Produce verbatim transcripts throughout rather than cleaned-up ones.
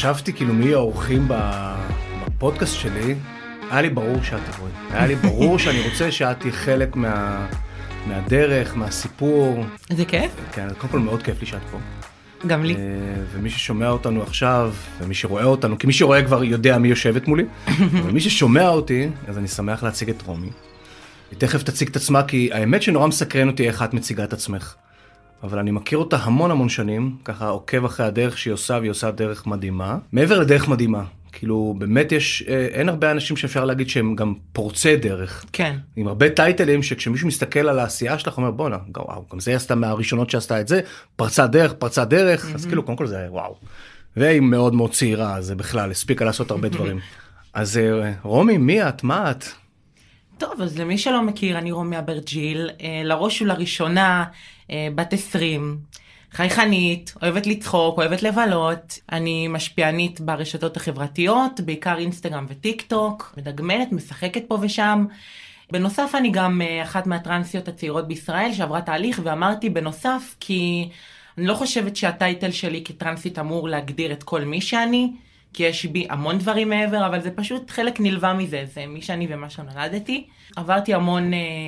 כשחשבתי כאילו מי האורחים בפודקאסט שלי, היה לי ברור שאת תבואי. היה לי ברור שאני רוצה שאת תהיה חלק מה, מהדרך, מהסיפור. זה כיף? כן, קודם כל מאוד כיף לי שאת פה. גם לי. ומי ששומע אותנו עכשיו, ומי שרואה אותנו, כי מי שרואה כבר יודע מי יושבת מולי, ומי ששומע אותי, אז אני שמח להציג את רומי. היא תכף תציג את עצמה, כי האמת שנורא מסקרן אותי איך את מציגה את עצמך. אבל אני מכיר אותה המון המון שנים, ככה עוקב אחרי הדרך שהיא עושה, והיא עושה דרך מדהימה. מעבר לדרך מדהימה, כאילו באמת יש, אין הרבה אנשים שאפשר להגיד שהם גם פורצי דרך. כן. עם הרבה טייטלים שכשמישהו מסתכל על העשייה שלך, הוא אומר בואנה, וואו, גם זה עשתה מהראשונות שעשתה את זה, פרצה דרך, פרצה דרך, mm-hmm. אז כאילו קודם כל זה וואו. והיא מאוד מאוד צעירה, אז בכלל הספיקה לעשות הרבה דברים. אז רומי, מי את? מה את? טוב, אז למי שלא מכיר, אני רומי אברג'יל, לראש ולראשונה, בת עשרים, חייכנית, אוהבת לצחוק, אוהבת לבלות. אני משפיענית ברשתות החברתיות, בעיקר אינסטגרם וטיק טוק, מדגמנת, משחקת פה ושם. בנוסף אני גם אחת מהטרנסיות הצעירות בישראל שעברה תהליך, ואמרתי בנוסף כי אני לא חושבת שהטייטל שלי כטרנסית אמור להגדיר את כל מי שאני, כי יש בי המון דברים מעבר, אבל זה פשוט חלק נלווה מזה, זה מי שאני ומה שנולדתי. עברתי המון,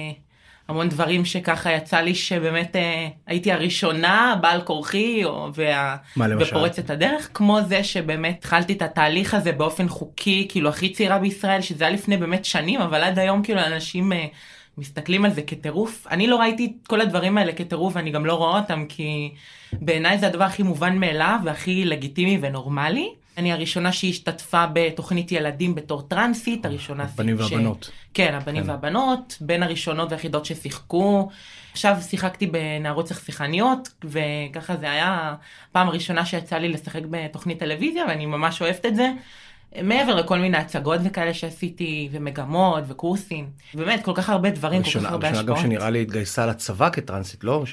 המון דברים שככה יצא לי שבאמת הייתי הראשונה, בעל כורחי, וה... ופורץ את הדרך, כמו זה שבאמת התחלתי את התהליך הזה באופן חוקי, כאילו הכי צעירה בישראל, שזה היה לפני באמת שנים, אבל עד היום כאילו אנשים מסתכלים על זה כטירוף. אני לא ראיתי את כל הדברים האלה כטירוף, ואני גם לא רואה אותם, כי בעיניי זה הדבר הכי מובן מאליו, והכי לגיטימי ונורמלי. אני הראשונה שהשתתפה בתוכנית ילדים בתור טרנסית, הראשונה... הבנים והבנות. כן, הבנים והבנות, בין הראשונות והיחידות ששיחקו. עכשיו שיחקתי בנערות שחקניות, וככה זה היה הפעם הראשונה שיצא לי לשחק בתוכנית טלוויזיה, ואני ממש אוהבת את זה. מעבר לכל מיני הצגות וכאלה שעשיתי, ומגמות וקורסים. באמת, כל כך הרבה דברים, כל כך הרבה השפעות. גם שנראה לי התגייסה לצבא כטרנסית, לא?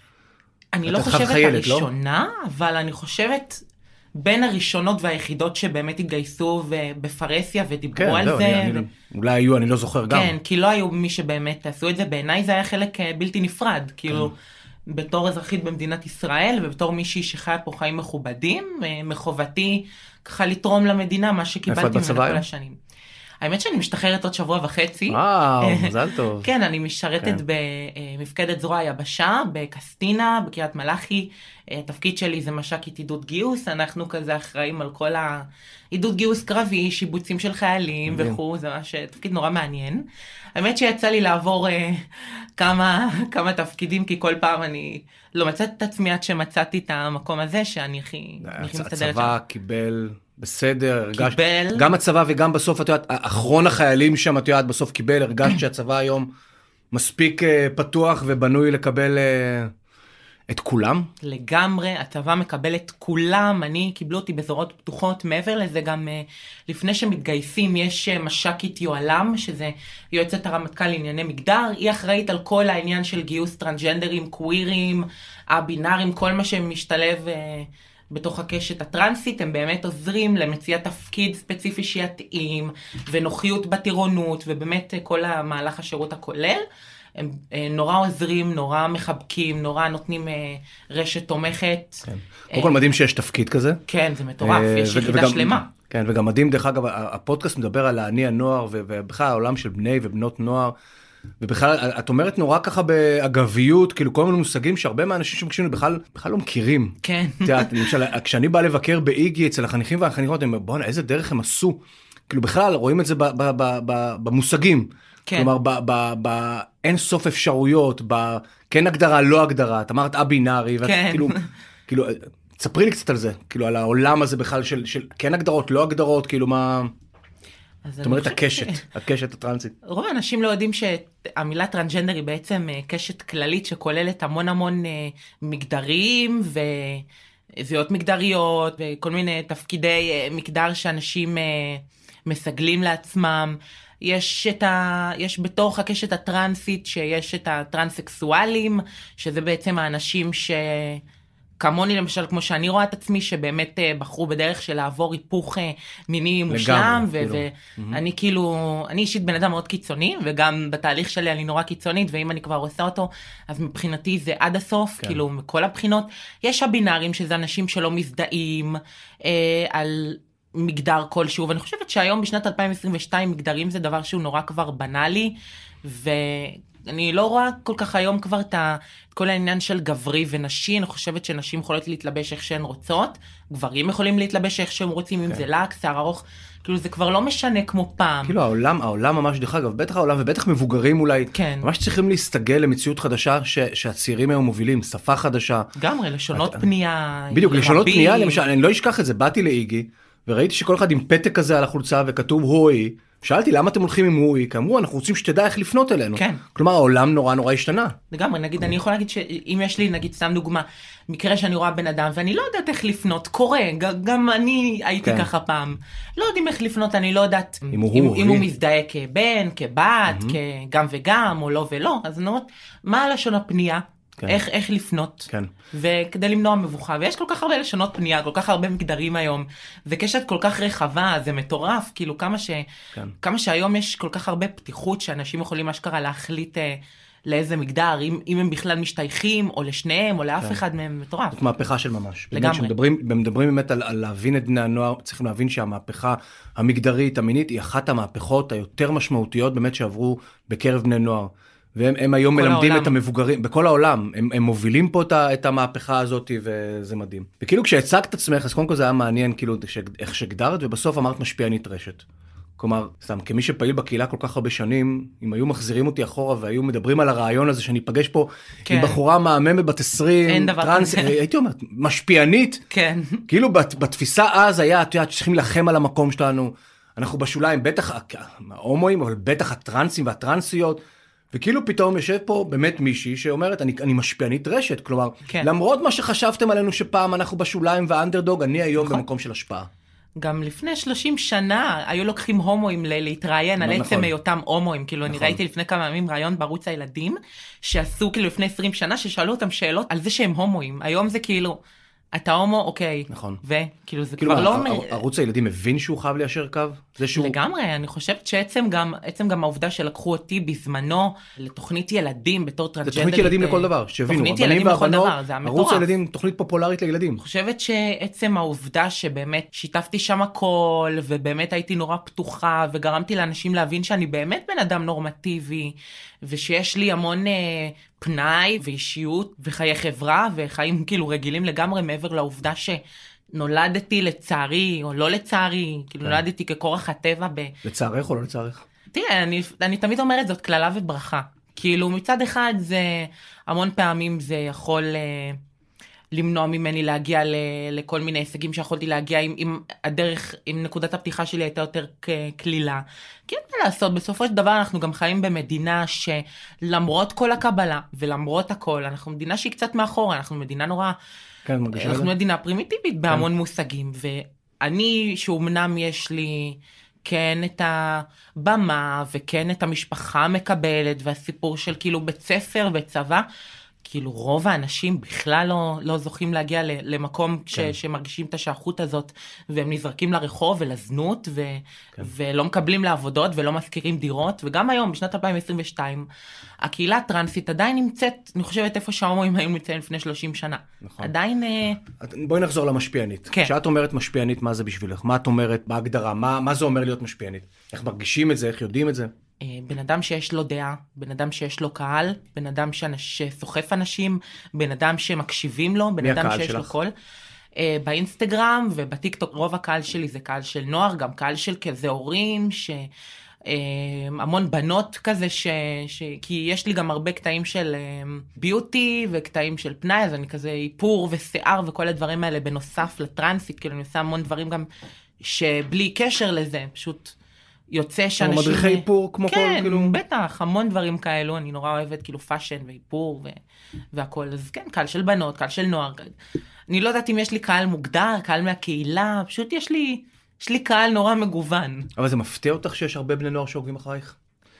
אני לא חושבת הראשונה, אבל אני חושבת... בין הראשונות והיחידות שבאמת התגייסו בפרסיה ודיברו כן, על לא, זה. אני, ו... אני, אולי היו, אני לא זוכר גם. כן, כי לא היו מי שבאמת עשו את זה. בעיניי זה היה חלק בלתי נפרד. כאילו, כן. בתור אזרחית במדינת ישראל, ובתור מישהי שחיה פה חיים מכובדים, מחובתי ככה לתרום למדינה, מה שקיבלתי ממנה כל השנים. האמת שאני משתחררת עוד שבוע וחצי. וואו, מזל טוב. כן, אני משרתת כן. במפקדת זרוע היבשה, בקסטינה, בקריית מלאכי. התפקיד שלי זה מש"קית עידוד גיוס, אנחנו כזה אחראים על כל העידוד גיוס קרבי, שיבוצים של חיילים וכו', זה ממש תפקיד נורא מעניין. האמת שיצא לי לעבור אה, כמה, כמה תפקידים, כי כל פעם אני לא מצאת את עצמי עד שמצאתי את המקום הזה, שאני הכי, הכי מסתדרת שם. הצבא קיבל... בסדר, הרגש, קיבל. גם הצבא וגם בסוף, את יודעת, אחרון החיילים שם, את יודעת, בסוף קיבל, הרגשת שהצבא היום מספיק uh, פתוח ובנוי לקבל uh, את כולם? לגמרי, הצבא מקבל את כולם, אני, קיבלו אותי בזרועות פתוחות, מעבר לזה גם uh, לפני שמתגייסים, יש uh, מש"קית יוהל"ם, שזה יועצת הרמטכ"ל לענייני מגדר, היא אחראית על כל העניין של גיוס טרנסג'נדרים, קווירים, הבינארים, כל מה שמשתלב... Uh, בתוך הקשת הטרנסית, הם באמת עוזרים למציאת תפקיד ספציפי שיתאים, ונוחיות בטירונות, ובאמת כל המהלך השירות הכולל. הם נורא עוזרים, נורא מחבקים, נורא נותנים רשת תומכת. כן. קודם כל מדהים שיש תפקיד כזה. כן, זה מטורף, יש יחידה שלמה. כן, וגם מדהים, דרך אגב, הפודקאסט מדבר על אני הנוער, ובכלל העולם של בני ובנות נוער, ובכלל, את אומרת נורא ככה באגביות, כאילו כל מיני מושגים שהרבה מהאנשים שמקשיבים בכלל, בכלל לא מכירים. כן. תראה, למשל, כשאני בא לבקר באיגי אצל החניכים והחניכות, אני אומר, בוא'נה, איזה דרך הם עשו. כאילו בכלל, רואים את זה ב- ב- ב- ב- במושגים. כן. כלומר, באין סוף אפשרויות, כן הגדרה, לא הגדרה. את אמרת א-בינארי, כן. כאילו, כאילו, תספרי לי קצת על זה, כאילו, על העולם הזה בכלל של, של כן הגדרות, לא הגדרות, כאילו מה... זאת אומרת, הקשת, הקשת הטרנסית. רוב האנשים לא יודעים שהמילה טרנסג'נדר היא בעצם קשת כללית שכוללת המון המון מגדרים וזהויות מגדריות וכל מיני תפקידי מגדר שאנשים מסגלים לעצמם. יש את ה... יש בתוך הקשת הטרנסית שיש את הטרנסקסואלים, שזה בעצם האנשים ש... כמוני למשל, כמו שאני רואה את עצמי, שבאמת בחרו בדרך של לעבור היפוך מיני מושלם, ואני כאילו, אני אישית בן אדם מאוד קיצוני, וגם בתהליך שלי אני נורא קיצונית, ואם אני כבר עושה אותו, אז מבחינתי זה עד הסוף, כאילו מכל הבחינות. יש הבינארים שזה אנשים שלא מזדהים על מגדר כלשהו, ואני חושבת שהיום בשנת אלפיים עשרים ושתיים מגדרים זה דבר שהוא נורא כבר בנאלי, ו... אני לא רואה כל כך היום כבר את כל העניין של גברי ונשי, אני חושבת שנשים יכולות להתלבש איך שהן רוצות, גברים יכולים להתלבש איך שהם רוצים, אם זה לק, שיער ארוך, כאילו זה כבר לא משנה כמו פעם. כאילו העולם, העולם ממש דרך אגב, בטח העולם ובטח מבוגרים אולי, ממש צריכים להסתגל למציאות חדשה שהצעירים היום מובילים, שפה חדשה. גמרי, לשונות פנייה. בדיוק, לשונות פנייה, למשל, אני לא אשכח את זה, באתי לאיגי, וראיתי שכל אחד עם פתק כזה על החולצה וכתוב הוי, שאלתי למה אתם הולכים עם הוי, כי אמרו אנחנו רוצים שתדע איך לפנות אלינו. כן. כלומר העולם נורא נורא השתנה. לגמרי, נגיד, אני יכול להגיד שאם יש לי, נגיד, סתם דוגמה, מקרה שאני רואה בן אדם ואני לא יודעת איך לפנות, קורה, גם אני הייתי כן. ככה פעם, לא יודעים איך לפנות, אני לא יודעת אם הוא, אם, אם הוא מזדהה כבן, כבת, mm-hmm. כגם וגם, או לא ולא, אז אני אומרת, מה הלשון הפנייה? כן. איך, איך לפנות, כן. וכדי למנוע מבוכה, ויש כל כך הרבה לשונות פנייה, כל כך הרבה מגדרים היום, וקשת כל כך רחבה, זה מטורף, כאילו כמה, ש... כן. כמה שהיום יש כל כך הרבה פתיחות, שאנשים יכולים אשכרה להחליט אה, לאיזה מגדר, אם, אם הם בכלל משתייכים, או לשניהם, או לאף כן. אחד מהם, מטורף. זאת מהפכה של ממש. לגמרי. שמדברים, מדברים באמת על, על להבין את בני הנוער, צריכים להבין שהמהפכה המגדרית, המינית, היא אחת המהפכות היותר משמעותיות באמת שעברו בקרב בני נוער. והם הם היום מלמדים העולם. את המבוגרים, בכל העולם, הם, הם מובילים פה את, את המהפכה הזאת, וזה מדהים. וכאילו כשהצגת עצמך, אז קודם כל זה היה מעניין, כאילו, איך שגדרת, ובסוף אמרת משפיענית רשת. כלומר, סתם, כמי שפעיל בקהילה כל כך הרבה שנים, אם היו מחזירים אותי אחורה, והיו מדברים על הרעיון הזה, שאני פגש פה כן. עם בחורה מהממת בת עשרים, טרנס, הייתי אומרת, משפיענית, כן. כאילו בת, בתפיסה אז היה, את יודעת, צריכים לחם על המקום שלנו, אנחנו בשוליים, בטח ההומואים, אבל בטח הטרנסים והטרנסיות, וכאילו פתאום יושב פה באמת מישהי שאומרת, אני, אני משפיענית רשת, כלומר, כן. למרות מה שחשבתם עלינו שפעם אנחנו בשוליים והאנדרדוג, אני היום נכון. במקום של השפעה. גם לפני שלושים שנה היו לוקחים הומואים להתראיין על עצם היותם הומואים, כאילו אני ראיתי לפני כמה ימים רעיון בערוץ הילדים, שעשו כאילו לפני עשרים שנה, ששאלו אותם שאלות על זה שהם הומואים, היום זה כאילו, אתה הומו, אוקיי. נכון. וכאילו זה כאילו כבר לא... ערוץ הילדים מבין שהוא חייב ליישר קו? זה שהוא... לגמרי, אני חושבת שעצם גם, עצם גם העובדה שלקחו אותי בזמנו לתוכנית ילדים בתור טרנסג'נדרית. זה תוכנית ילדים לכל דבר, שבינו. תוכנית ילדים לכל דבר, זה המטורף. ערוץ הילדים, תוכנית פופולרית לילדים. אני חושבת שעצם העובדה שבאמת שיתפתי שם הכל, ובאמת הייתי נורא פתוחה, וגרמתי לאנשים להבין שאני באמת בן אדם נורמטיבי, ושיש לי המון אה, פנאי ואישיות וחיי חברה, וחיים כאילו רגילים לגמרי מעבר לעובדה שנולדתי לצערי, או לא לצערי, כאילו כן. נולדתי כקורח הטבע. ב... לצערך או לא לצערך? תראה, אני, אני תמיד אומרת זאת כללה וברכה. כאילו מצד אחד זה, המון פעמים זה יכול... אה, למנוע ממני להגיע ל, לכל מיני הישגים שיכולתי להגיע עם, עם הדרך, עם נקודת הפתיחה שלי הייתה יותר כלילה. כי אין מה לעשות, בסופו של דבר אנחנו גם חיים במדינה שלמרות כל הקבלה ולמרות הכל, אנחנו מדינה שהיא קצת מאחורה, אנחנו מדינה נורא, כן, אנחנו זה? מדינה פרימיטיבית בהמון כן. מושגים, ואני שאומנם יש לי כן את הבמה וכן את המשפחה המקבלת והסיפור של כאילו בית ספר וצבא, כאילו רוב האנשים בכלל לא, לא זוכים להגיע למקום כן. ש, שמרגישים את השייכות הזאת, והם נזרקים לרחוב ולזנות, ו, כן. ולא מקבלים לעבודות ולא מזכירים דירות, וגם היום, בשנת אלפיים עשרים ושתיים, הקהילה הטרנסית עדיין נמצאת, אני חושבת איפה שההומואים היו נמצאים לפני שלושים שנה. נכון. עדיין... בואי נחזור למשפיענית. כן. כשאת אומרת משפיענית, מה זה בשבילך? מה את אומרת בהגדרה? מה, מה זה אומר להיות משפיענית? איך מרגישים את זה? איך יודעים את זה? בן אדם שיש לו דעה, בן אדם שיש לו קהל, בן אדם שסוחף אנשים, בן אדם שמקשיבים לו, בן אדם שיש לו קול. באינסטגרם ובטיקטוק רוב הקהל שלי זה קהל של נוער, גם קהל של כזה הורים, המון בנות כזה, ש... ש... כי יש לי גם הרבה קטעים של ביוטי וקטעים של פנאי, אז אני כזה איפור ושיער וכל הדברים האלה בנוסף לטרנסית, כאילו אני עושה המון דברים גם שבלי קשר לזה, פשוט... יוצא שאנשים... מדריכי איפור כמו כן, כל, כאילו... כן, בטח, המון דברים כאלו, אני נורא אוהבת, כאילו פאשן ואיפור ו... והכל, אז כן, קהל של בנות, קהל של נוער, אני לא יודעת אם יש לי קהל מוגדר, קהל מהקהילה, פשוט יש לי, יש לי קהל נורא מגוון. אבל זה מפתיע אותך שיש הרבה בני נוער שעוקבים אחרייך?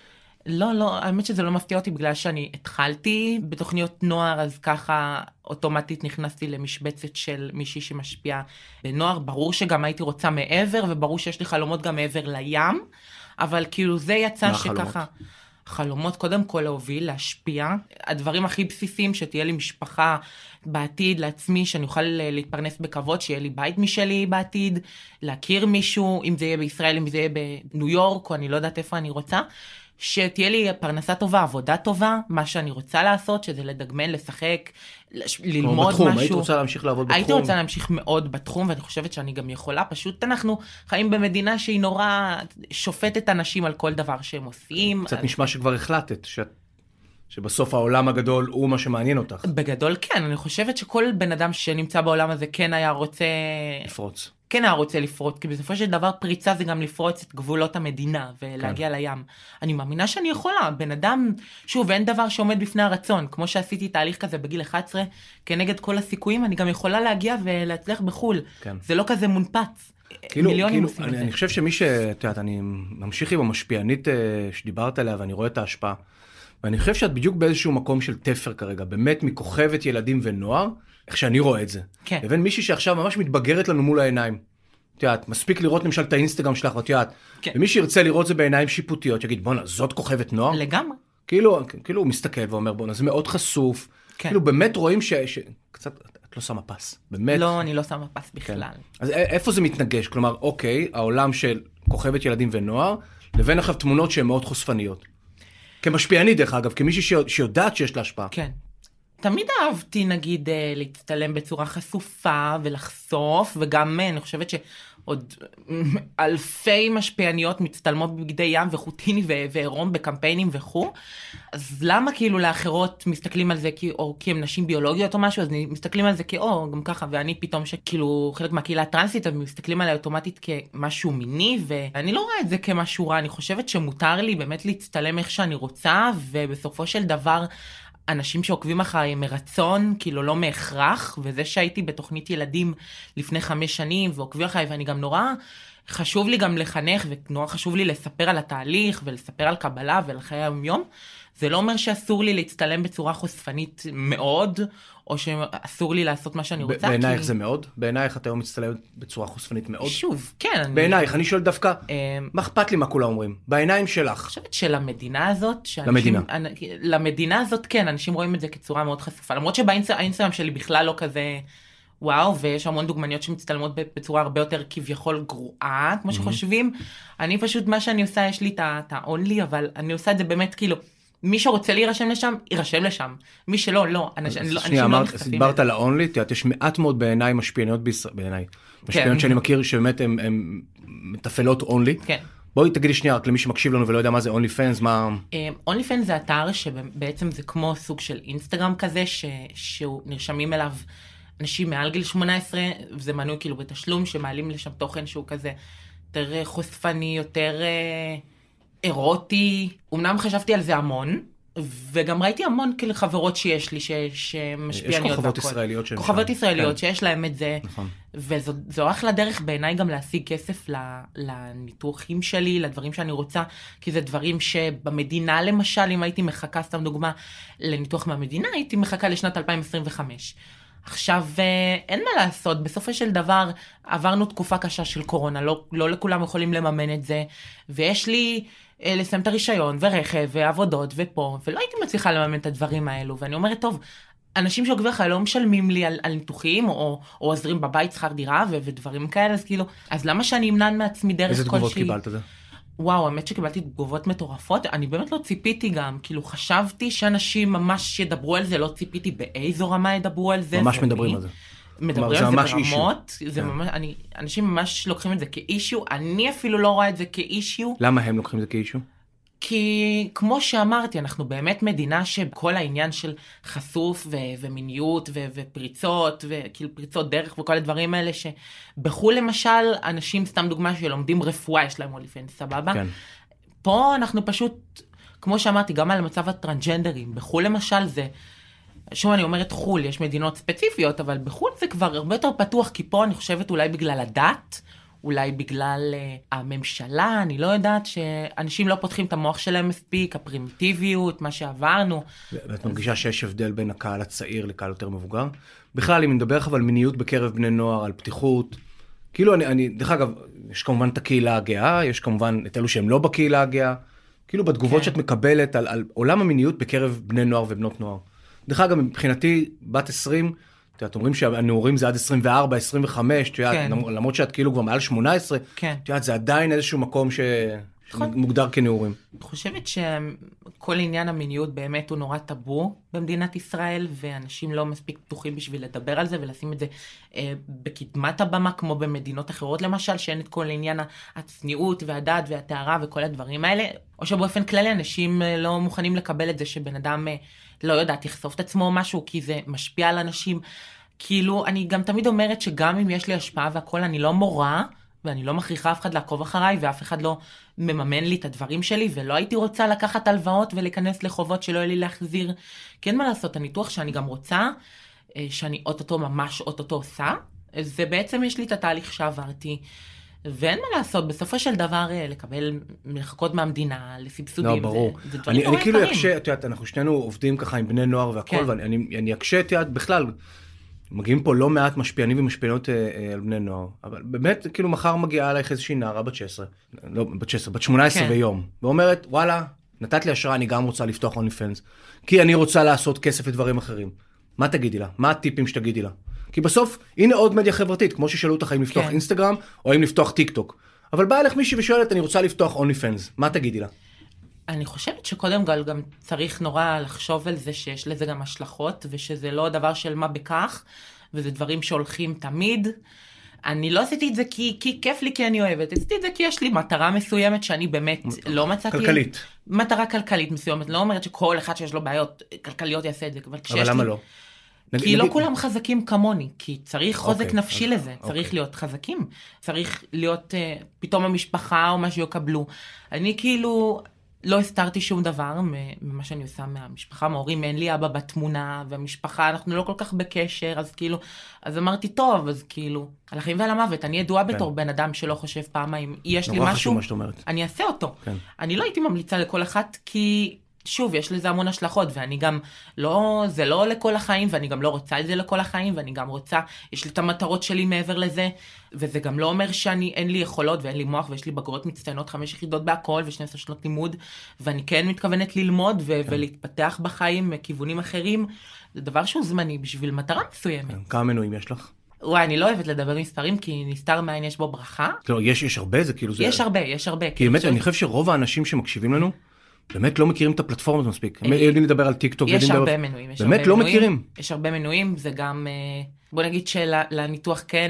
לא, לא, האמת שזה לא מפתיע אותי בגלל שאני התחלתי בתוכניות נוער, אז ככה אוטומטית נכנסתי למשבצת של מישהי שמשפיעה בנוער. ברור שגם הייתי רוצה מעבר, וברור שיש לי חלומות גם מעבר לים, אבל כאילו זה יצא שככה... חלומות קודם כל להוביל, להשפיע. הדברים הכי בסיסיים, שתהיה לי משפחה בעתיד לעצמי, שאני אוכל להתפרנס בכבוד, שיהיה לי בית משלי בעתיד, להכיר מישהו, אם זה יהיה בישראל, אם זה יהיה בניו יורק, או אני לא יודעת איפה אני רוצה, שתהיה לי פרנסה טובה, עבודה טובה, מה שאני רוצה לעשות, שזה לדגמן, לשחק, ללמוד בתחום, משהו. היית רוצה להמשיך לעבוד בתחום? הייתי רוצה להמשיך מאוד בתחום, ואני חושבת שאני גם יכולה, פשוט אנחנו חיים במדינה שהיא נורא שופטת אנשים על כל דבר שהם עושים. קצת נשמע שכבר החלטת, ש... שבסוף העולם הגדול הוא מה שמעניין אותך. בגדול כן, אני חושבת שכל בן אדם שנמצא בעולם הזה כן היה רוצה... לפרוץ. כן היה רוצה לפרוץ, כי בסופו של דבר פריצה זה גם לפרוץ את גבולות המדינה ולהגיע כן. לים. אני מאמינה שאני יכולה, בן אדם, שוב, אין דבר שעומד בפני הרצון, כמו שעשיתי תהליך כזה בגיל אחת עשרה, כנגד כל הסיכויים, אני גם יכולה להגיע ולהצליח בחול. כן. זה לא כזה מונפץ. כאילו, כאילו, אני, אני חושב שמי ש... תראה, אני ממשיך עם המשפיענית שדיברת עליה, ואני רואה את ההשפעה, ואני חושב שאת בדיוק באיזשהו מקום של תפר כרגע, באמת מכוכבת ילדים ונוער, איך שאני רואה את זה. כן. לבין מישהי שעכשיו ממש מתבגרת לנו מול העיניים. תיאת, מספיק לראות למשל את האינסטגרם שלך, ותיאת, כן. ומי שירצה לראות זה בעיניים שיפוטיות, יגיד, בונה, זאת כוכבת נוער? לגמרי. כאילו, כאילו הוא מסתכל ואומר, בונה, זה מאוד חשוף. כן. כאילו באמת רואים ש... ש... קצת, את לא שמה פס. באמת. לא, אני לא שמה פס בכלל. כן. אז איפה זה מתנגש? כלומר, אוקיי, העולם של כוכבת ילדים ונוער, לבין עכשיו תמונות שהן מאוד חושפניות. כמשפיעני דרך אגב, כמישהי שיודעת שיש לה השפעה. כן. תמיד אהבתי, נגיד, להצטלם בצורה חשופה ולחשוף, וגם אני חושבת שעוד אלפי משפיעניות מצטלמות בבגדי ים וחוטיני ועירום בקמפיינים וכו'. אז למה כאילו לאחרות מסתכלים על זה כי, או כי הם נשים ביולוגיות או משהו, אז מסתכלים על זה כאו, גם ככה, ואני פתאום שכאילו חלק מהקהילה הטרנסית, אז מסתכלים עליה אוטומטית כמשהו מיני, ואני לא רואה את זה כמשהו רע, אני חושבת שמותר לי באמת להצטלם איך שאני רוצה, ובסופו של דבר, אנשים שעוקבים אחריי מרצון, כאילו לא מהכרח, וזה שהייתי בתוכנית ילדים לפני חמש שנים, ועוקבים אחריי, ואני גם נורא, חשוב לי גם לחנך, ונורא חשוב לי לספר על התהליך, ולספר על קבלה ועל חיי היום-יום, זה לא אומר שאסור לי להצטלם בצורה חושפנית מאוד, או שאסור לי לעשות מה שאני רוצה. בעינייך זה מאוד? בעינייך אתה היום מצטלם בצורה חושפנית מאוד? שוב, כן. בעינייך, אני שואל דווקא, מה אכפת לי מה כולם אומרים? בעיניים שלך. אני חושבת שלמדינה הזאת, למדינה. למדינה הזאת, כן, אנשים רואים את זה כצורה מאוד חשופה, למרות שבאינסטגרם שלי בכלל לא כזה וואו, ויש המון דוגמניות שמצטלמות בצורה הרבה יותר כביכול גרועה, כמו שחושבים. אני פשוט, מה שאני עושה, יש לי את ה-only, אבל אני עושה את זה באמת כאילו, מי שרוצה להירשם לשם, יירשם לשם. מי שלא, לא. אנשים לא נחשפים. דיברת על ה-only, תראה, יש מעט מאוד בעיניי משפיעניות בישראל, בעיניי. משפיעניות שאני מכיר שבאמת הן מתפעלות only. כן. בואי תגידי שנייה, רק למי שמקשיב לנו ולא יודע מה זה OnlyFans, מה... OnlyFans זה אתר שבעצם זה כמו סוג של אינסטגרם כזה, שנרשמים אליו אנשים מעל גיל שמונה עשרה, וזה מנוי כאילו בתשלום, שמעלים לשם תוכן שהוא כזה יותר חושפני, יותר אירוטי. אמנם חשבתי על זה המון, וגם ראיתי המון כאילו חברות שיש לי, שמשפיעניות. יש כוכבות ישראליות שהן שם. כוכבות ישראליות שיש להם את זה. נכון. וזו אחלה דרך בעיניי גם להשיג כסף לניתוחים שלי, לדברים שאני רוצה, כי זה דברים שבמדינה למשל, אם הייתי מחכה, סתם דוגמה, לניתוח מהמדינה, הייתי מחכה לשנת אלפיים עשרים וחמש. עכשיו, אין מה לעשות, בסופו של דבר עברנו תקופה קשה של קורונה, לא, לא לכולם יכולים לממן את זה, ויש לי לסיים את הרישיון ורכב ועבודות ופה, ולא הייתי מצליחה לממן את הדברים האלו, ואני אומרת, טוב, אנשים שעוקבים אחרי לא משלמים לי על, על ניתוחים, או, או עוזרים בבית שכר דירה ו, ודברים כאלה, אז כאילו, אז למה שאני אמנן מעצמי דרך כלשהי? איזה תגובות קיבלת זה? וואו, האמת שקיבלתי תגובות מטורפות, אני באמת לא ציפיתי גם, כאילו חשבתי שאנשים ממש ידברו על זה, לא ציפיתי באיזו רמה ידברו על זה. ממש מדברים על זה. מדברים על זה ברמות, זה ממש, אני, אנשים ממש לוקחים את זה כאישיו, אני אפילו לא רואה את זה כאישיו. למה הם לוקחים את זה כאישיו? כי כמו שאמרתי, אנחנו באמת מדינה שכל העניין של חשוף ו- ומיניות ו- ופריצות, וכאילו פריצות דרך וכל הדברים האלה, שבחול למשל, אנשים, סתם דוגמה שלומדים רפואה, יש להם OnlyFans, סבבה? כן. פה אנחנו פשוט, כמו שאמרתי, גם על מצב הטרנסג'נדרים, בחול למשל זה, שוב אני אומרת חול, יש מדינות ספציפיות, אבל בחול זה כבר הרבה יותר פתוח, כי פה אני חושבת אולי בגלל הדת, אולי בגלל uh, הממשלה, אני לא יודעת שאנשים לא פותחים את המוח שלהם מספיק, הפרימיטיביות, מה שעברנו. ואת מרגישה שיש הבדל בין הקהל הצעיר לקהל יותר מבוגר? בכלל, אם נדבר לך על מיניות בקרב בני נוער, על פתיחות, כאילו אני, אני, דרך אגב, יש כמובן את הקהילה הגאה, יש כמובן את אלו שהם לא בקהילה הגאה, כאילו בתגובות כן. שאת מקבלת על, על עולם המיניות בקרב בני נוער ובנות נוער. דרך אגב, מבחינתי, בת עשרים, את אומרים שהנעורים זה עד עשרים וארבע, עשרים וחמש, כן. למרות שאת כאילו כבר מעל שמונה עשרה, כן. זה עדיין איזשהו מקום שמוגדר כנעורים. אני חושבת שכל עניין המיניות באמת הוא נורא טאבו במדינת ישראל, ואנשים לא מספיק פתוחים בשביל לדבר על זה, ולשים את זה אה, בקדמת הבמה, כמו במדינות אחרות למשל, שאין את כל עניין הצניעות והדעת והטהרה וכל הדברים האלה, או שבאופן כללי אנשים לא מוכנים לקבל את זה שבן אדם... לא יודעת, יחשוף את עצמו משהו, כי זה משפיע על אנשים. כאילו, אני גם תמיד אומרת שגם אם יש לי השפעה והכל, אני לא מורה, ואני לא מכריחה אף אחד לעקוב אחריי, ואף אחד לא מממן לי את הדברים שלי, ולא הייתי רוצה לקחת הלוואות ולהיכנס לחובות שלא יהיה לי להחזיר. כי אין מה לעשות, הניתוח שאני גם רוצה, שאני אוטוטו ממש אוטוטו עושה, זה בעצם יש לי את התהליך שעברתי, ואין מה לעשות, בסופו של דבר לקבל לחכות מהמדינה, לסבסודים. לא, ברור. זה, זה דברים אני, אני כאילו יקשה, את יודעת, אנחנו שנינו עובדים ככה עם בני נוער והכל, כן. ואני אני יקשה, את יודעת, בכלל, מגיעים פה לא מעט משפיענים ומשפיענות אה, על בני נוער, אבל באמת, כאילו מחר מגיעה עלייך איזושהי נערה בת שש עשרה, לא, בת שש עשרה, בת שמונה עשרה כן. ביום, ואומרת, וואלה, נתת לי השראה, אני גם רוצה לפתוח OnlyFans, כי אני רוצה לעשות כסף לדברים אחרים. מה תגידי לה? מה הטיפים שתגידי לה? כי בסוף, הנה עוד מדיה חברתית, כמו ששאלו אותך אם לפתוח כן. אינסטגרם, או אם לפתוח טיק טוק. אבל באה לך מישהי ושואלת, אני רוצה לפתוח OnlyFans. מה תגידי לה? אני חושבת שקודם כל גם צריך נורא לחשוב על זה, שיש לזה גם השלכות, ושזה לא דבר של מה בכך, וזה דברים שהולכים תמיד. אני לא עשיתי את זה כי, כי כיף לי, כי אני אוהבת. עשיתי את זה כי יש לי מטרה מסוימת שאני באמת לא מצאתי. כלכלית. מטרה כלכלית מסוימת. לא אומרת שכל אחד שיש לו בעיות כלכליות יעשה את זה. אבל, אבל למה לי... לא? כי נגיד... לא כולם חזקים כמוני, כי צריך חוזק okay, נפשי okay, לזה, okay. צריך להיות חזקים, צריך להיות uh, פתאום המשפחה או מה שיקבלו. אני כאילו לא הסתרתי שום דבר ממה שאני עושה מהמשפחה, מההורים, אין לי אבא בתמונה, והמשפחה, אנחנו לא כל כך בקשר, אז כאילו, אז אמרתי, טוב, אז כאילו, על החיים ועל המוות, אני ידועה okay. בתור בן אדם שלא חושב פעמיים, יש לי משהו, אני אעשה אותו. Okay. אני לא הייתי ממליצה לכל אחת, כי... שוב, יש לזה המון השלכות, ואני גם לא, זה לא לכל החיים, ואני גם לא רוצה את זה לכל החיים, ואני גם רוצה, יש לי את המטרות שלי מעבר לזה, וזה גם לא אומר שאני, אין לי יכולות, ואין לי מוח, ויש לי בגרות מצטיינות, חמש יחידות בהכל, ושני עשר שנות לימוד, ואני כן מתכוונת ללמוד, ו- כן. ולהתפתח בחיים, מכיוונים אחרים, זה דבר שהוא זמני, בשביל מטרה מסוימת. כן. כמה מנויים יש לך? וואי, אני לא אוהבת לדבר מספרים, כי נסתר מעין יש בו ברכה. לא, יש, יש הרבה, זה כאילו זה... יש הרבה, יש הרבה. כי באמת, אני חושב שרוב האנשים שמקשיבים לנו, באמת לא מכירים את הפלטפורמות מספיק. הם יודעים לדבר על טיק טוק. יש הרבה מנויים. באמת לא מכירים. יש הרבה מנויים, זה גם, בוא נגיד שלניתוח כן,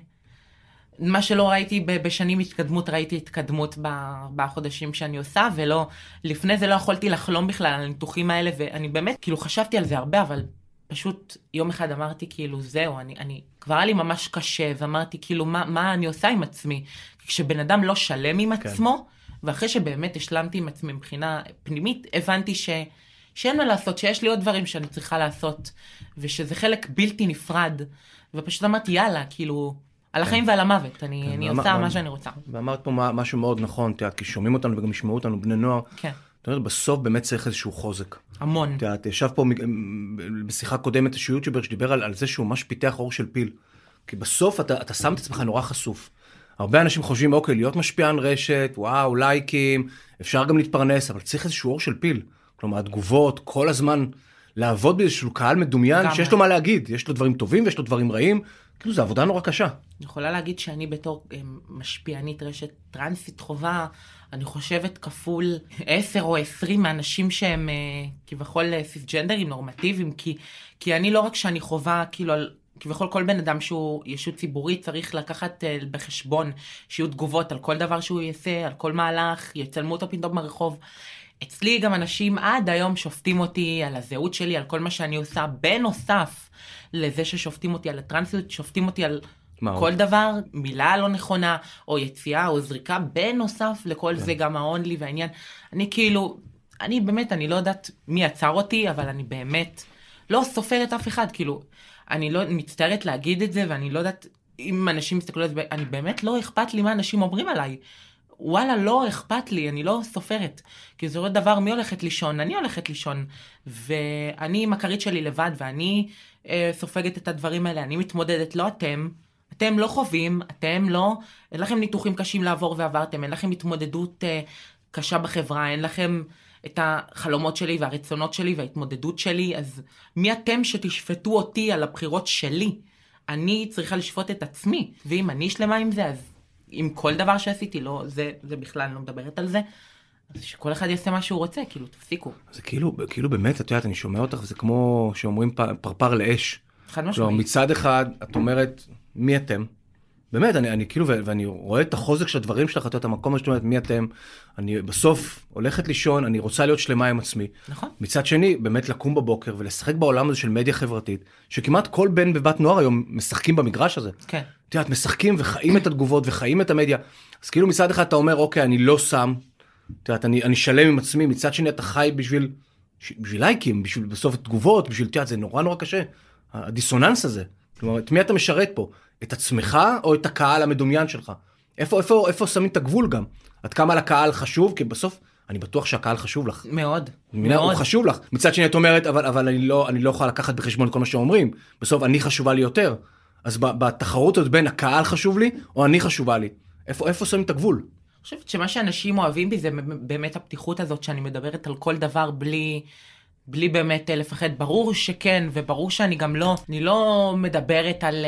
מה שלא ראיתי בשנים התקדמות, ראיתי התקדמות בחודשים שאני עושה, ולא, לפני זה לא יכולתי לחלום בכלל על הניתוחים האלה, ואני באמת, כאילו חשבתי על זה הרבה, אבל פשוט יום אחד אמרתי כאילו זהו, אני, אני כבר היה לי ממש קשה, ואמרתי כאילו מה, מה אני עושה עם עצמי, כשבן אדם לא שלם עם עצמו, ואחרי שבאמת השלמתי עם עצמי מבחינה פנימית, הבנתי ש... שאין מה לעשות, שיש לי עוד דברים שאני צריכה לעשות, ושזה חלק בלתי נפרד, ופשוט אמרתי, יאללה, כאילו, על החיים ועל המוות, אני, אני עושה מה שאני רוצה. ואמרת פה משהו מאוד נכון, תיאת, כי שומעים אותנו וגם ישמעו אותנו בני נוער, כן. אתה יודע, בסוף באמת צריך איזשהו חוזק. המון. תיאת, ישב פה בשיחה קודמת איזשהו יוטיובר שדיבר על, על זה שהוא ממש פיתח אור של פיל, כי בסוף אתה, אתה שם את עצמך נורא חשוף. הרבה אנשים חושבים, אוקיי, להיות משפיען רשת, וואו, לייקים, אפשר גם להתפרנס, אבל צריך איזשהו אור של פיל. כלומר, התגובות, כל הזמן לעבוד באיזשהו קהל מדומיין, גם שיש לו מה להגיד. יש לו דברים טובים ויש לו דברים רעים. כאילו, זו עבודה נורא קשה. אני יכולה להגיד שאני בתור משפיענית רשת טרנסית חובה, אני חושבת כפול עשר או עשרים מאנשים שהם כביכול סיסג'נדרים נורמטיביים, כי, כי אני לא רק שאני חובה, כאילו, כביכול כל בן אדם שהוא ישות ציבורית צריך לקחת uh, בחשבון שיהיו תגובות על כל דבר שהוא יעשה, על כל מהלך, יצלמו אותו פתאום ברחוב. אצלי גם אנשים עד היום שופטים אותי על הזהות שלי, על כל מה שאני עושה, בנוסף לזה ששופטים אותי על הטרנסיות, שופטים אותי על כל עוד? דבר, מילה לא נכונה, או יציאה או זריקה, בנוסף לכל כן. זה גם האונלי והעניין. אני כאילו, אני באמת, אני לא יודעת מי עצר אותי, אבל אני באמת לא סופרת אף אחד, כאילו, אני לא מצטערת להגיד את זה, ואני לא יודעת אם אנשים מסתכלו על זה, אני באמת לא אכפת לי מה אנשים אומרים עליי. וואלה, לא אכפת לי, אני לא סופרת. כי זה עוד דבר, מי הולכת לישון? אני הולכת לישון. ואני עם הכרית שלי לבד, ואני אה, סופגת את הדברים האלה. אני מתמודדת, לא אתם. אתם לא חווים, אתם לא, אין לכם ניתוחים קשים לעבור ועברתם, אין לכם התמודדות אה, קשה בחברה, אין לכם את החלומות שלי והרצונות שלי וההתמודדות שלי, אז מי אתם שתשפטו אותי על הבחירות שלי? אני צריכה לשפוט את עצמי, ואם אני שלמה עם זה, אז עם כל דבר שעשיתי, לא, זה, זה בכלל, אני לא מדברת על זה, אז שכל אחד יעשה מה שהוא רוצה, כאילו, תפסיקו. זה כאילו, כאילו באמת, את יודעת, אני שומע אותך, וזה כמו שאומרים פרפר לאש. חד משמעית. מצד אחד, את אומרת, מי אתם? באמת, אני, אני כאילו, ואני רואה את החוזק של הדברים שלך, את יודעת, המקום הזה, אומרת, מי אתם? אני בסוף הולכת לישון, אני רוצה להיות שלמה עם עצמי. נכון. מצד שני, באמת לקום בבוקר ולשחק בעולם הזה של מדיה חברתית, שכמעט כל בן בבת נוער היום משחקים במגרש הזה. כן. את יודעת, משחקים וחיים את התגובות וחיים את המדיה. אז כאילו מצד אחד אתה אומר, אוקיי, אני לא שם, את יודעת, אני, אני שלם עם עצמי, מצד שני אתה חי בשביל, בשביל לייקים, בשביל בסוף תגובות, בשביל, את יודעת, זה נורא נורא קשה. הדיסוננס הזה. כלומר, את מי אתה משרת פה? את עצמך או את הקהל המדומיין שלך? איפה, איפה, איפה שמים את הגבול גם? עד כמה לקהל חשוב? כי בסוף, אני בטוח שהקהל חשוב לך. מאוד. מינה, מאוד. הוא חשוב לך. מצד שני, את אומרת, אבל, אבל אני לא, אני לא יכולה לקחת בחשבון את כל מה שאומרים. בסוף, אני חשובה לי יותר. אז בתחרות הזאת בין הקהל חשוב לי, או אני חשובה לי. איפה, איפה שמים את הגבול? אני חושבת שמה שאנשים אוהבים בי זה באמת הפתיחות הזאת, שאני מדברת על כל דבר בלי... בלי באמת לפחד. ברור שכן, וברור שאני גם לא, אני לא מדברת על,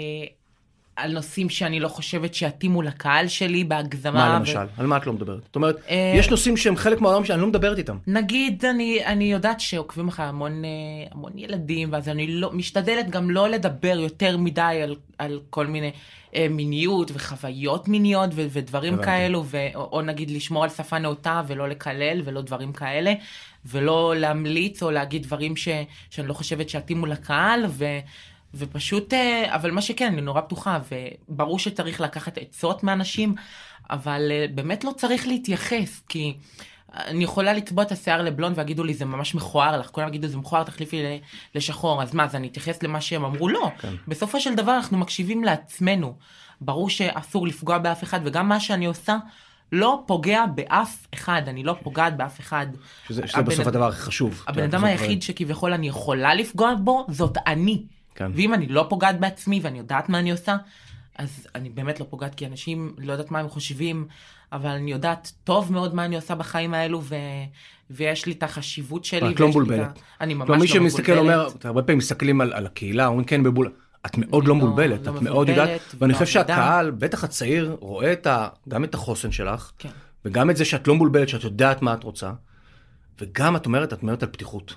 על נושאים שאני לא חושבת שיתאימו לקהל שלי בהגזמה. מה למשל? ו... על מה את לא מדברת? זאת אומרת, יש נושאים שהם חלק מהעולם שאני לא מדברת איתם. נגיד, אני, אני יודעת שעוקבים אחרי המון, המון ילדים, ואז אני לא, משתדלת גם לא לדבר יותר מדי על, על כל מיני מיניות וחוויות מיניות ו, ודברים הבנתי. כאלו, ו, או, או נגיד לשמור על שפה נאותה ולא לקלל ולא דברים כאלה. ולא להמליץ או להגיד דברים ש, שאני לא חושבת שיתאימו לקהל, ו, ופשוט, אבל מה שכן, אני נורא פתוחה, וברור שצריך לקחת עצות מאנשים, אבל באמת לא צריך להתייחס, כי אני יכולה לצבוע את השיער לבלונד, והגידו לי, זה ממש מכוער לך, כולם יגידו, זה מכוער, תחליפי לשחור, אז מה, אז אני אתייחס למה שהם אמרו? לא. כן. בסופו של דבר, אנחנו מקשיבים לעצמנו, ברור שאסור לפגוע באף אחד, וגם מה שאני עושה, לא פוגע באף אחד, אני לא פוגעת באף אחד. שזה, שזה בסוף הדבר הכי חשוב. הבן אדם היחיד שכביכול אני יכולה לפגוע בו, זאת אני. כן. ואם אני לא פוגעת בעצמי, ואני יודעת מה אני עושה, אז אני באמת לא פוגעת, כי אנשים לא יודעת מה הם חושבים, אבל אני יודעת טוב מאוד מה אני עושה בחיים האלו, ו... ויש לי את החשיבות שלי. את לא מבולבלת. אני ממש לא מבולבלת. מי שמסתכל אומר, הרבה פעמים מסתכלים על, על הקהילה, אומרים כן בבול... את מאוד לא מבולבלת, את מאוד יודעת, ואני חושב שהקהל, בטח הצעיר, רואה גם את החוסן שלך, וגם את זה שאת לא מבולבלת, שאת יודעת מה את רוצה, וגם את אומרת, את אומרת על פתיחות,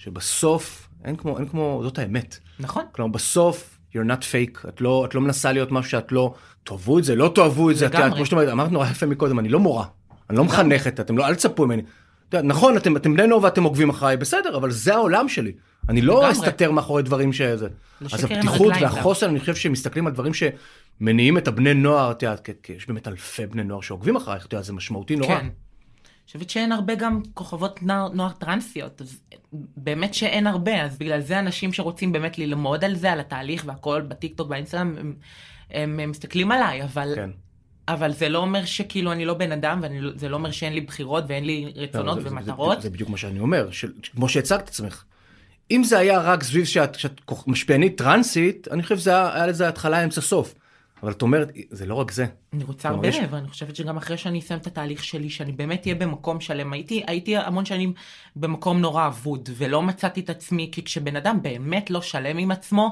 שבסוף, אין כמו, אין כמו, זאת האמת. נכון. כלומר, בסוף, you're not fake, את לא, את לא מנסה להיות משהו שאת לא, תאהבו את זה, לא תאהבו את זה, כמו שאתה אומרת, אמרת נורא יפה מקודם, אני לא מורה, אני לא מחנכת, אתם לא, אל תצפו ממני. נכון, אתם, אתם בני נוער ואתם עוקבים אחריי, בסדר, אבל זה העולם שלי. אני לא אסתתר מאחורי דברים שזה. אז הפתיחות והחוסן, אני חושב שמסתכלים על דברים שמניעים את הבני נוער, כי יש באמת אלפי בני נוער שעוקבים אחריי, זה משמעותי נורא. כן. אני חושבת שאין הרבה גם כוכבות נוער טרנסיות, אז באמת שאין הרבה, אז בגלל זה אנשים שרוצים באמת ללמוד על זה, על התהליך והכל, בטיקטוק, באינסטגרם, הם, הם, הם מסתכלים עליי, אבל... כן. אבל זה לא אומר שכאילו אני לא בן אדם, וזה לא אומר שאין לי בחירות ואין לי רצונות לא, ומטרות. זה, זה, זה בדיוק מה שאני אומר, של, כמו שהצגת עצמך. אם זה היה רק סביב שאת, שאת משפיענית טרנסית, אני חושב שזה היה, היה לזה התחלה אמצע סוף. אבל את אומרת, זה לא רק זה. אני רוצה הרבה, יש... ואני חושבת שגם אחרי שאני אסיים את התהליך שלי, שאני באמת אהיה במקום שלם. הייתי, הייתי המון שנים במקום נורא אבוד, ולא מצאתי את עצמי, כי כשבן אדם באמת לא שלם עם עצמו,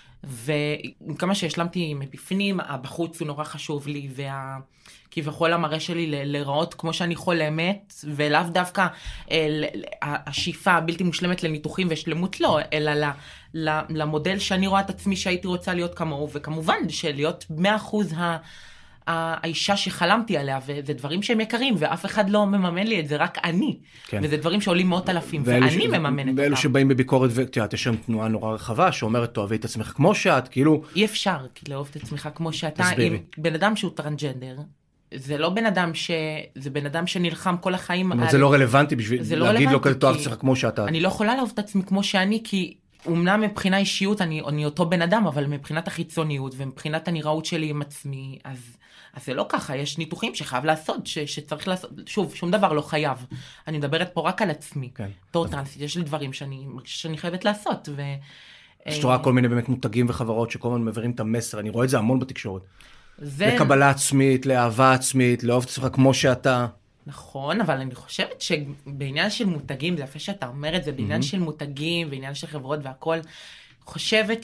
וכמה שהשלמתי מבפנים, הבחוץ הוא נורא חשוב לי, וה... כביכול המראה שלי ל- לראות כמו שאני חולמת, ולאו דווקא אל, השאיפה הבלתי מושלמת לניתוחים ושלמות לא, אלא ל, ל, למודל שאני רואה את עצמי שהייתי רוצה להיות כמוהו, וכמובן שלהיות מאה אחוז ה... האישה שחלמתי עליה, וזה דברים שהם יקרים, ואף אחד לא מממן לי את זה, רק אני. כן. וזה דברים שעולים מאות אלפים, ואני ש... מממנת אותם. ואלו שבאים בביקורת, ותראה, יש שם תנועה נורא רחבה, שאומרת, תאהבי את עצמך כמו שאת, כאילו... אי אפשר לאהוב את עצמך כמו שאתה, עם בן אדם שהוא טרנסג'נדר, זה לא בן אדם ש... זה בן אדם שנלחם כל החיים... על... זה לא רלוונטי בשביל להגיד לו כזה תאהב את עצמך כמו שאתה... אני לא יכולה לאהוב את עצמי כמו שאני, כי... אומנם מבחינה אישיות אני, אני אותו בן אדם, אבל מבחינת החיצוניות ומבחינת הנראות שלי עם עצמי, אז, אז זה לא ככה, יש ניתוחים שחייב לעשות, ש, שצריך לעשות, שוב, שום דבר לא חייב. אני מדברת פה רק על עצמי. כן. תור אז... טרנסית, יש לי דברים שאני, שאני חייבת לעשות. ו... יש רואה כל מיני באמת מותגים וחברות שכל הזמן מעבירים את המסר, אני רואה את זה המון בתקשורת. זה... לקבלה עצמית, לאהבה עצמית, לאהוב את עצמך כמו שאתה. נכון, אבל אני חושבת שבעניין של מותגים, זה יפה שאתה אומר את זה, בעניין mm-hmm. של מותגים, בעניין של חברות והכל, חושבת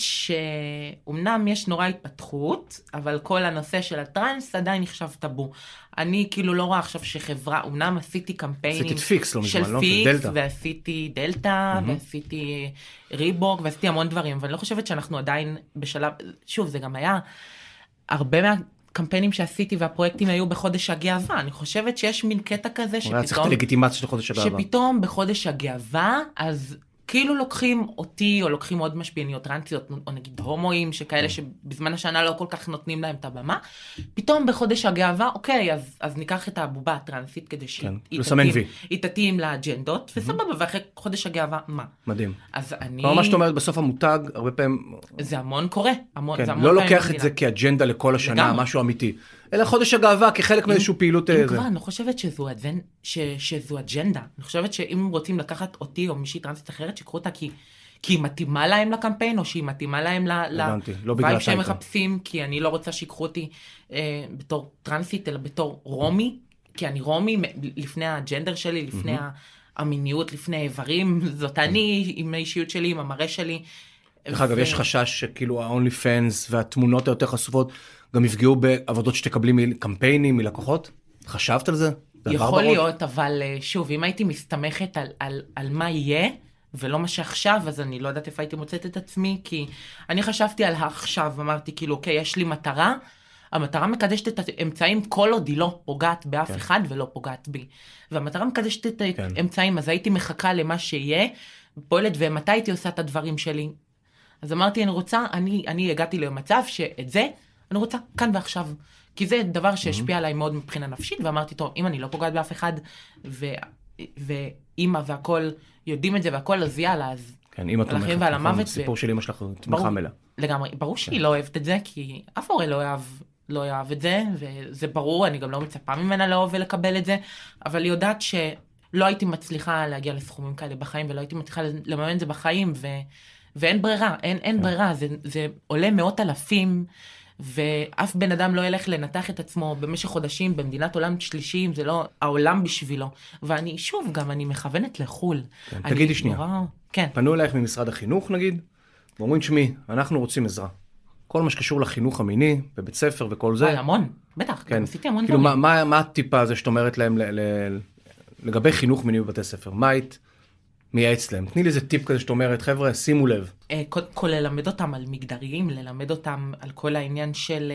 שאומנם יש נורא התפתחות, אבל כל הנושא של הטרנס עדיין נחשב טאבו. אני כאילו לא רואה עכשיו שחברה, אומנם עשיתי קמפיינים פיקס, לא של מזמן, פיקס, לא? ועשיתי דלטה, mm-hmm. ועשיתי ריבוק, ועשיתי המון דברים, אבל אני לא חושבת שאנחנו עדיין בשלב, שוב, זה גם היה הרבה מה... קמפיינים שעשיתי והפרויקטים היו בחודש הגאווה. אני חושבת שיש מין קטע כזה שפתאום... צריך את הלגיטימציה של חודש הגאווה. שפתאום בחודש הגאווה, אז כאילו לוקחים אותי, או לוקחים עוד משפיעניות טרנסיות, או נגיד הומואים, שכאלה שבזמן השנה לא כל כך נותנים להם את הבמה. פתאום בחודש הגאווה, אוקיי, אז, אז ניקח את הבובה הטרנסית, כדי שהיא תתאים לאג'נדות, וסבבה, ואחרי חודש הגאווה, מה? מדהים. אז אני... מה שאת אומרת, בסוף המותג, הרבה פעמים... זה המון קורה. המון, כן, זה המון לא לוקח את זה כאג'נדה לכל השנה, לגמרי. משהו אמיתי. אלא חודש הגאווה כחלק מאיזשהו פעילות... אם כבר, אני חושבת שזו, ש, שזו אג'נדה. אני חושבת שאם רוצים לקחת אותי או מישהי טרנסית אחרת, שיקחו אותה כי, כי היא מתאימה להם לקמפיין, או שהיא מתאימה להם לווייב שהם מחפשים, כי אני לא רוצה שיקחו אותי אה, בתור טרנסית, אלא בתור רומי, כי אני רומי לפני הג'נדר שלי, לפני המיניות, לפני איברים, זאת אני, עם האישיות שלי, עם המראה שלי. דרך אגב, יש חשש שכאילו ה-only fans והתמונות היותר חשופות, גם יפגעו בעבודות שתקבלי מקמפיינים, מלקוחות? חשבת על זה? יכול להיות, אבל שוב, אם הייתי מסתמכת על, על, על מה יהיה, ולא מה שעכשיו, אז אני לא יודעת איפה הייתי מוצאת את עצמי, כי אני חשבתי על העכשיו, אמרתי כאילו, אוקיי, יש לי מטרה, המטרה מקדשת את האמצעים כל עוד היא לא פוגעת באף כן. אחד ולא פוגעת בי. והמטרה מקדשת את כן. האמצעים, אז הייתי מחכה למה שיהיה, פועלת, ומתי הייתי עושה את הדברים שלי. אז אמרתי, אני רוצה, אני, אני הגעתי למצב שאת זה, אני רוצה כאן ועכשיו, כי זה דבר שהשפיע עליי מאוד מבחינה נפשית, ואמרתי, טוב, אם אני לא פוגעת באף אחד, ו... ואמא והכל יודעים את זה והכל, אז יאללה, אז... כן, אמא תומכת, נכון, סיפור של אמא שלך תמיכה מלאה. לגמרי, ברור שהיא לא אוהבת את זה, כי אף הורה לא אוהב, לא אוהב את זה, וזה ברור, אני גם לא מצפה ממנה לאהוב ולקבל את זה, אבל היא יודעת שלא הייתי מצליחה להגיע לסכומים כאלה בחיים, ולא הייתי מצליחה לממן את זה בחיים, ו... ואין ברירה, אין, אין ברירה, זה, זה עולה מאות אלפים, ואף בן אדם לא ילך לנתח את עצמו במשך חודשים במדינת עולם שלישי, זה לא העולם בשבילו. ואני, שוב, גם אני מכוונת לחול. כן, תגידי שנייה, נורא... כן. פנו אלייך ממשרד החינוך, נגיד, ואומרים, שמי, אנחנו רוצים עזרה. כל מה שקשור לחינוך המיני, בבית ספר וכל זה. המון, בטח, כן. עשיתי המון כאילו, דברים. מה, מה, מה הטיפה הזה שאת אומרת להם ל, ל, לגבי חינוך מיני בבתי ספר? מה היית מייעץ להם? תני לי איזה טיפ כזה שאת אומרת, חבר'ה, שימו לב. קודם כל ללמד אותם על מגדריים, ללמד אותם על כל העניין של,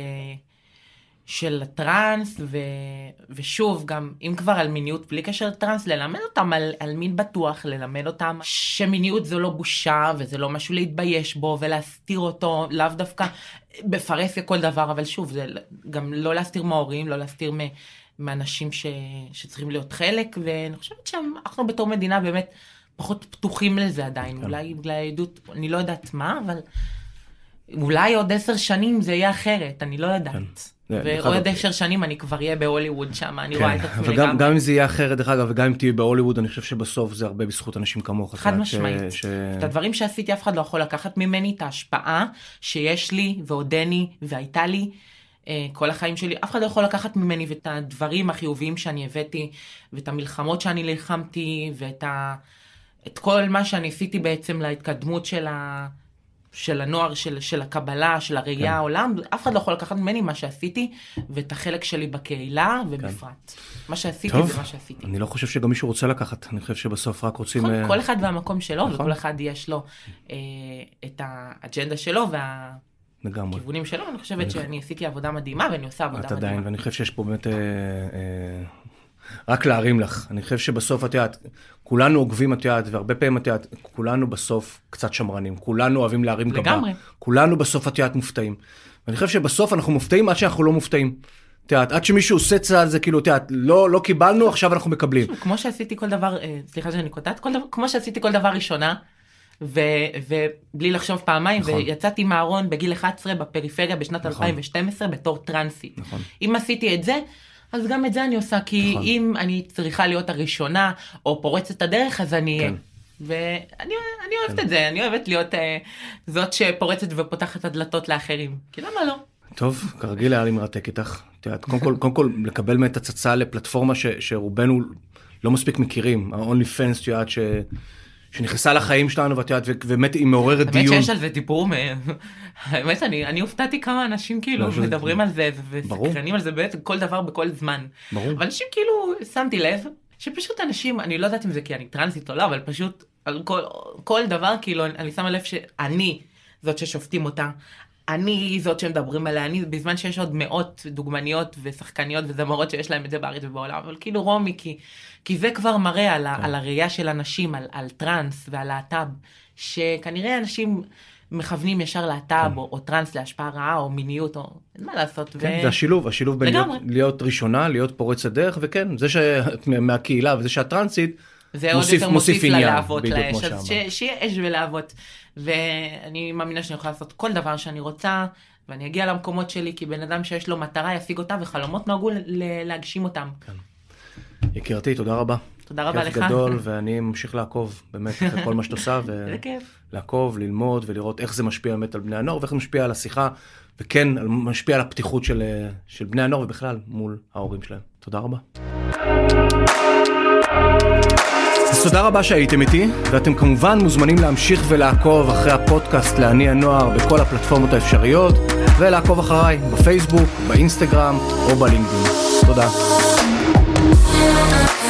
של הטרנס, ו, ושוב, גם אם כבר על מיניות בלי קשר לטרנס, ללמד אותם על, על מין בטוח, ללמד אותם שמיניות זו לא בושה, וזה לא משהו להתבייש בו, ולהסתיר אותו, לאו דווקא בפרס כל דבר, אבל שוב, זה גם לא להסתיר מההורים, לא להסתיר מ... מאנשים ש, שצריכים להיות חלק, ואני חושבת שאנחנו בתור מדינה באמת פחות פתוחים לזה עדיין, כן. אולי בגלל העדות, אני לא יודעת מה, אבל אולי עוד עשר שנים זה יהיה אחרת, אני לא יודעת. כן. ועוד עשר שנים אני כבר אהיה בהוליווד שם, אני כן. רואה את עצמי לגמרי. גם אם זה יהיה אחרת, דרך אגב, וגם אם תהיי בהוליווד, אני חושב שבסוף זה הרבה בזכות אנשים כמוך. חד משמעית. ש... את הדברים שעשיתי, אף אחד לא יכול לקחת ממני, את ההשפעה שיש לי, ועודני, והייתה לי, כל החיים שלי, אף אחד לא יכול לקחת ממני, ואת הדברים החיוביים שאני הבאתי, ואת המלחמות שאני נלחמתי, ואת ה... את כל מה שאני עשיתי בעצם להתקדמות של, ה... של הנוער, של, של הקבלה, של הראייה כן. העולם, אף אחד לא יכול לקחת ממני מה שעשיתי, ואת החלק שלי בקהילה, ובפרט. כן. מה שעשיתי טוב, זה מה שעשיתי. אני לא חושב שגם מישהו רוצה לקחת, אני חושב שבסוף רק רוצים... נכון, uh... כל אחד והמקום שלו, נכון? וכל אחד יש לו uh, את האג'נדה שלו, וה... לגמרי. כיוונים שלו, אני חושבת אני... שאני עשיתי עבודה מדהימה, ואני עושה עבודה מדהימה. עדיין, ואני חושב שיש פה באמת... אה, אה, רק להרים לך. אני חושב שבסוף את יודעת, כולנו עוקבים את יודעת, והרבה פעמים את יודעת, כולנו בסוף קצת שמרנים, כולנו אוהבים להרים גבה. לגמרי. כולנו בסוף את יודעת מופתעים. ואני חושב שבסוף אנחנו מופתעים עד שאנחנו לא מופתעים. את יודעת, עד שמישהו עושה צעד זה כאילו, את יודעת, לא, לא קיבלנו, עכשיו אנחנו מקבלים. כמו שעשיתי כל דבר, סליחה שאני קוטעת, כמו שעשיתי כל דבר ראשונה, ובלי לחשוב פעמיים, נכון. ויצאתי מהארון בגיל אחת עשרה בפריפריה בשנת נכון. אלפיים ושתים עשרה בתור טרנסית. נכון. אם עשיתי את זה, אז גם את זה אני עושה, כי נכון. אם אני צריכה להיות הראשונה, או פורצת את הדרך, אז אני... כן. ואני אני אוהבת את זה, אני אוהבת להיות uh, זאת שפורצת ופותחת הדלתות לאחרים, כי למה לא? טוב, כרגיל היה לי מרתק איתך. תראה, קודם כל, קודם כל, לקבל באמת הצצה לפלטפורמה ש, שרובנו לא מספיק מכירים, ה-Only Fans, תיאת, ש... שנכנסה לחיים שלנו, ותיאת, ובאמת היא מעוררת דיון. האמת שיש על זה דיבור, האמת, אני, אני הופתעתי כמה אנשים כאילו מדברים על זה, וסקרנים על זה באמת כל דבר בכל זמן. ברור. ואנשים כאילו, שמתי לב, שפשוט אנשים, אני לא יודעת אם זה כי אני טרנסית או לא, אבל פשוט על כל, כל דבר, כאילו, אני שמה לב שאני זאת ששופטים אותה, אני זאת שמדברים עליה, אני, בזמן שיש עוד מאות דוגמניות ושחקניות וזמרות שיש להם את זה בארץ ובעולם, אבל כאילו רומי, כי, כי זה כבר מראה על, כן. על הראייה של אנשים, על, על טרנס ועל להט"ב, שכנראה אנשים מכוונים ישר להט"ב, כן. או, או טרנס להשפעה רעה, או מיניות, או אין מה לעשות. כן, ו... זה השילוב, השילוב בין להיות, להיות ראשונה, להיות פורצת דרך, וכן, זה שאת מהקהילה, וזה שהטרנסית, זה מוסיף, עוד יותר מוסיף מוסיף ללהבות לאש, אז ש, שיהיה אש ולהבות. ואני מאמינה שאני יכולה לעשות כל דבר שאני רוצה, ואני אגיע למקומות שלי, כי בן אדם שיש לו מטרה ישיג אותה, וחלומות נהגו להגשים אותם. כן. יקירתי, תודה רבה. תודה רבה לך. כיף גדול, ואני ממשיך לעקוב באמת אחרי כל מה שאת עושה, ולעקוב, ללמוד, ולראות איך זה משפיע באמת על בני הנוער, ואיך זה משפיע על השיחה, וכן, משפיע על הפתיחות של, של בני הנוער, ובכלל מול ההורים שלהם. תודה רבה. אז תודה רבה שהייתם איתי, ואתם כמובן מוזמנים להמשיך ולעקוב אחרי הפודקאסט לעני הנוער בכל הפלטפורמות האפשריות, ולעקוב אחריי בפייסבוק, באינסטגרם או בלינקדאין. תודה.